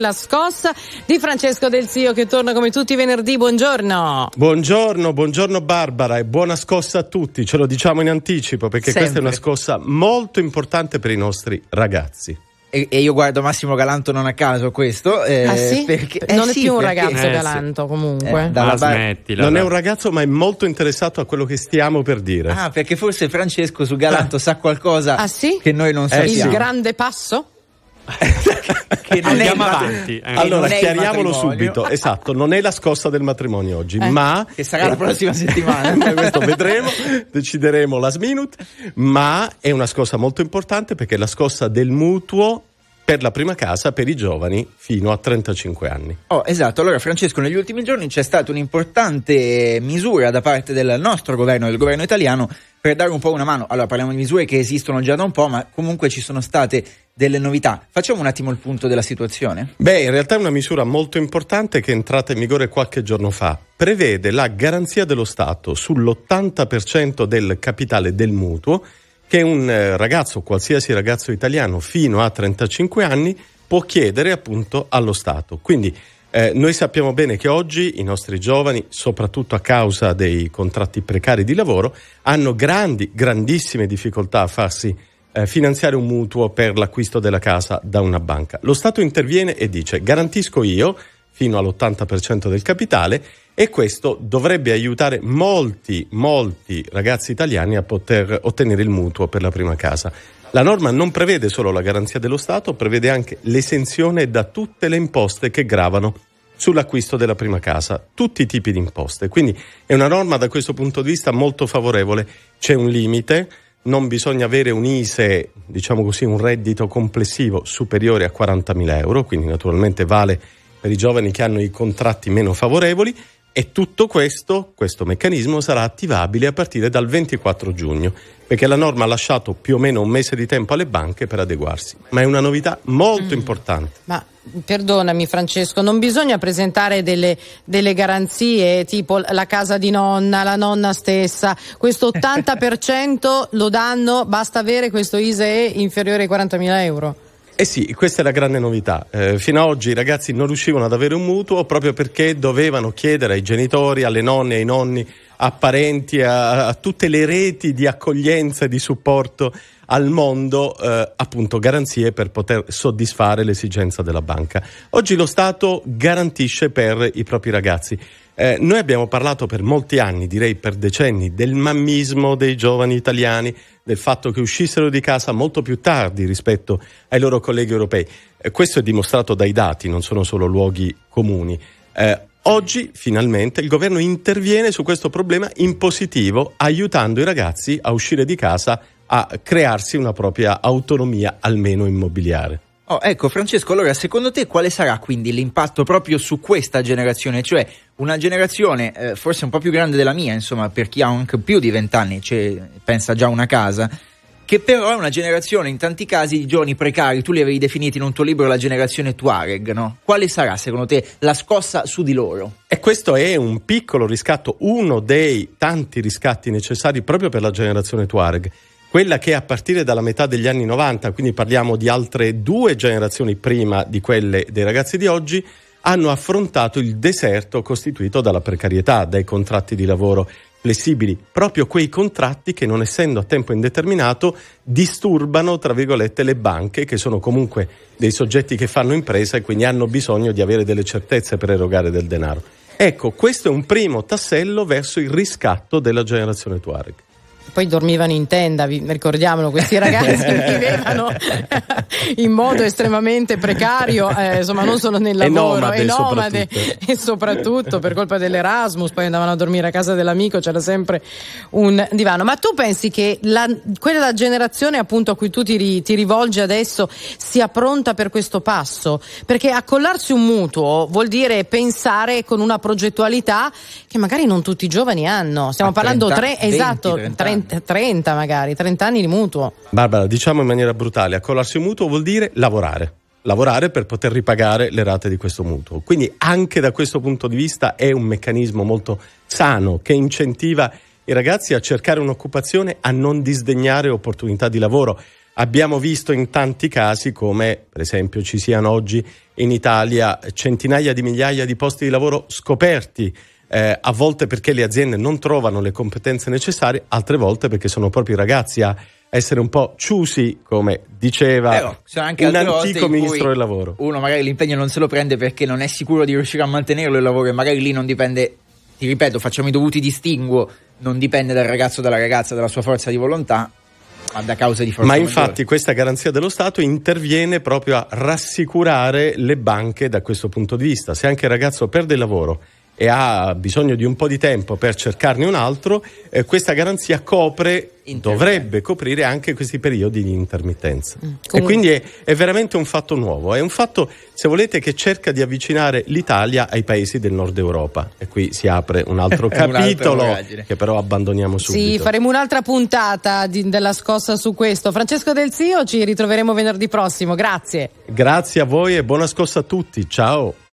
La scossa di Francesco Del Zio, che torna come tutti i venerdì. Buongiorno. Buongiorno Barbara, e buona scossa a tutti. Ce lo diciamo in anticipo perché Sempre. questa è una scossa molto importante per i nostri ragazzi. E io guardo Massimo Galanto non a caso questo. Ah sì? Perché, non è sì, più un perché- ragazzo Galanto comunque. Smettila. Non è un ragazzo, ma è molto interessato a quello che stiamo per dire. Ah, perché forse Francesco su Galanto sa qualcosa Ah, sì? che noi non Il sappiamo. grande passo? Che non è Andiamo il avanti. Allora, non è il chiariamolo matrimonio. subito. Esatto, non è la scossa del matrimonio oggi, ma che sarà la prossima settimana. Ma questo vedremo, decideremo last minute, ma è una scossa molto importante perché è la scossa del mutuo per la prima casa per i giovani fino a 35 anni. Oh, esatto. Allora, Francesco, negli ultimi giorni c'è stata un'importante misura da parte del nostro governo, del governo italiano, per dare un po' una mano. Allora, parliamo di misure che esistono già da un po', ma comunque ci sono state delle novità. Facciamo un attimo il punto della situazione. Beh, in realtà è una misura molto importante che è entrata in vigore qualche giorno fa. Prevede la garanzia dello Stato sull'80% del capitale del mutuo che un ragazzo, qualsiasi ragazzo italiano fino a 35 anni può chiedere appunto allo Stato. Quindi noi sappiamo bene che oggi i nostri giovani, soprattutto a causa dei contratti precari di lavoro, hanno grandissime difficoltà a farsi finanziare un mutuo per l'acquisto della casa da una banca. Lo Stato interviene e dice: garantisco io fino all'80% del capitale, e questo dovrebbe aiutare molti ragazzi italiani a poter ottenere il mutuo per la prima casa. La norma non prevede solo la garanzia dello Stato, prevede anche l'esenzione da tutte le imposte che gravano sull'acquisto della prima casa, tutti i tipi di imposte. Quindi è una norma da questo punto di vista molto favorevole. C'è un limite, non bisogna avere un ISEE, diciamo così, un reddito complessivo superiore a 40.000 euro, quindi naturalmente vale per i giovani che hanno i contratti meno favorevoli, e tutto questo meccanismo sarà attivabile a partire dal 24 giugno, perché la norma ha lasciato più o meno un mese di tempo alle banche per adeguarsi, ma è una novità molto importante. Ma perdonami Francesco, non bisogna presentare delle garanzie tipo la casa di nonna, la nonna stessa, questo 80% lo danno, basta avere questo ISEE inferiore ai 40.000 euro? Eh sì, questa è la grande novità. Fino ad oggi i ragazzi non riuscivano ad avere un mutuo proprio perché dovevano chiedere ai genitori, alle nonne, ai nonni, a parenti, a tutte le reti di accoglienza e di supporto al mondo, appunto garanzie per poter soddisfare l'esigenza della banca. Oggi lo Stato garantisce per i propri ragazzi. Noi abbiamo parlato per molti anni, direi per decenni, del mammismo dei giovani italiani, del fatto che uscissero di casa molto più tardi rispetto ai loro colleghi europei. Questo è dimostrato dai dati, non sono solo luoghi comuni. Oggi finalmente il governo interviene su questo problema in positivo, aiutando i ragazzi a uscire di casa, a crearsi una propria autonomia almeno immobiliare. Oh, ecco Francesco, allora secondo te quale sarà quindi l'impatto proprio su questa generazione? Cioè una generazione forse un po' più grande della mia, insomma, per chi ha anche più di 20 anni, cioè, pensa già a una casa, che però è una generazione in tanti casi di giovani precari. Tu li avevi definiti in un tuo libro la generazione Tuareg, no? Quale sarà secondo te la scossa su di loro? E questo è un piccolo riscatto, uno dei tanti riscatti necessari proprio per la generazione Tuareg, quella che a partire dalla metà degli anni 90, quindi parliamo di altre 2 generazioni prima di quelle dei ragazzi di oggi, hanno affrontato il deserto costituito dalla precarietà, dai contratti di lavoro flessibili, proprio quei contratti che, non essendo a tempo indeterminato, disturbano, tra virgolette, le banche, che sono comunque dei soggetti che fanno impresa e quindi hanno bisogno di avere delle certezze per erogare del denaro. Ecco, questo è un primo tassello verso il riscatto della generazione Tuareg. Poi dormivano in tenda, ricordiamolo, questi ragazzi vivevano in modo estremamente precario, insomma non solo nel lavoro, e nomade e soprattutto per colpa dell'Erasmus, poi andavano a dormire a casa dell'amico, c'era sempre un divano. Ma tu pensi che quella generazione appunto a cui tu ti rivolgi adesso sia pronta per questo passo? Perché accollarsi un mutuo vuol dire pensare con una progettualità che magari non tutti i giovani hanno. Stiamo parlando 30 magari, 30 anni di mutuo. Barbara, diciamo in maniera brutale, accollarsi un mutuo vuol dire lavorare per poter ripagare le rate di questo mutuo. Quindi anche da questo punto di vista è un meccanismo molto sano che incentiva i ragazzi a cercare un'occupazione, a non disdegnare opportunità di lavoro. Abbiamo visto in tanti casi come, per esempio, ci siano oggi in Italia centinaia di migliaia di posti di lavoro scoperti, a volte perché le aziende non trovano le competenze necessarie, altre volte perché sono proprio i ragazzi a essere un po' ciusi, come diceva anche un antico ministro del lavoro. Uno magari l'impegno non se lo prende perché non è sicuro di riuscire a mantenerlo il lavoro, e magari lì non dipende, ti ripeto, facciamo i dovuti distinguo, non dipende dal ragazzo o dalla ragazza, dalla sua forza di volontà, ma da causa di forza maggiore. Ma infatti questa garanzia dello Stato interviene proprio a rassicurare le banche da questo punto di vista. Se anche il ragazzo perde il lavoro e ha bisogno di un po' di tempo per cercarne un altro, questa garanzia dovrebbe coprire anche questi periodi di intermittenza. E quindi è veramente un fatto nuovo, è un fatto, se volete, che cerca di avvicinare l'Italia ai paesi del nord Europa, e qui si apre un altro capitolo che però abbandoniamo subito. Sì, faremo un'altra puntata della scossa su questo. Francesco Del Zio, ci ritroveremo venerdì prossimo, grazie. Grazie a voi e buona scossa a tutti, ciao.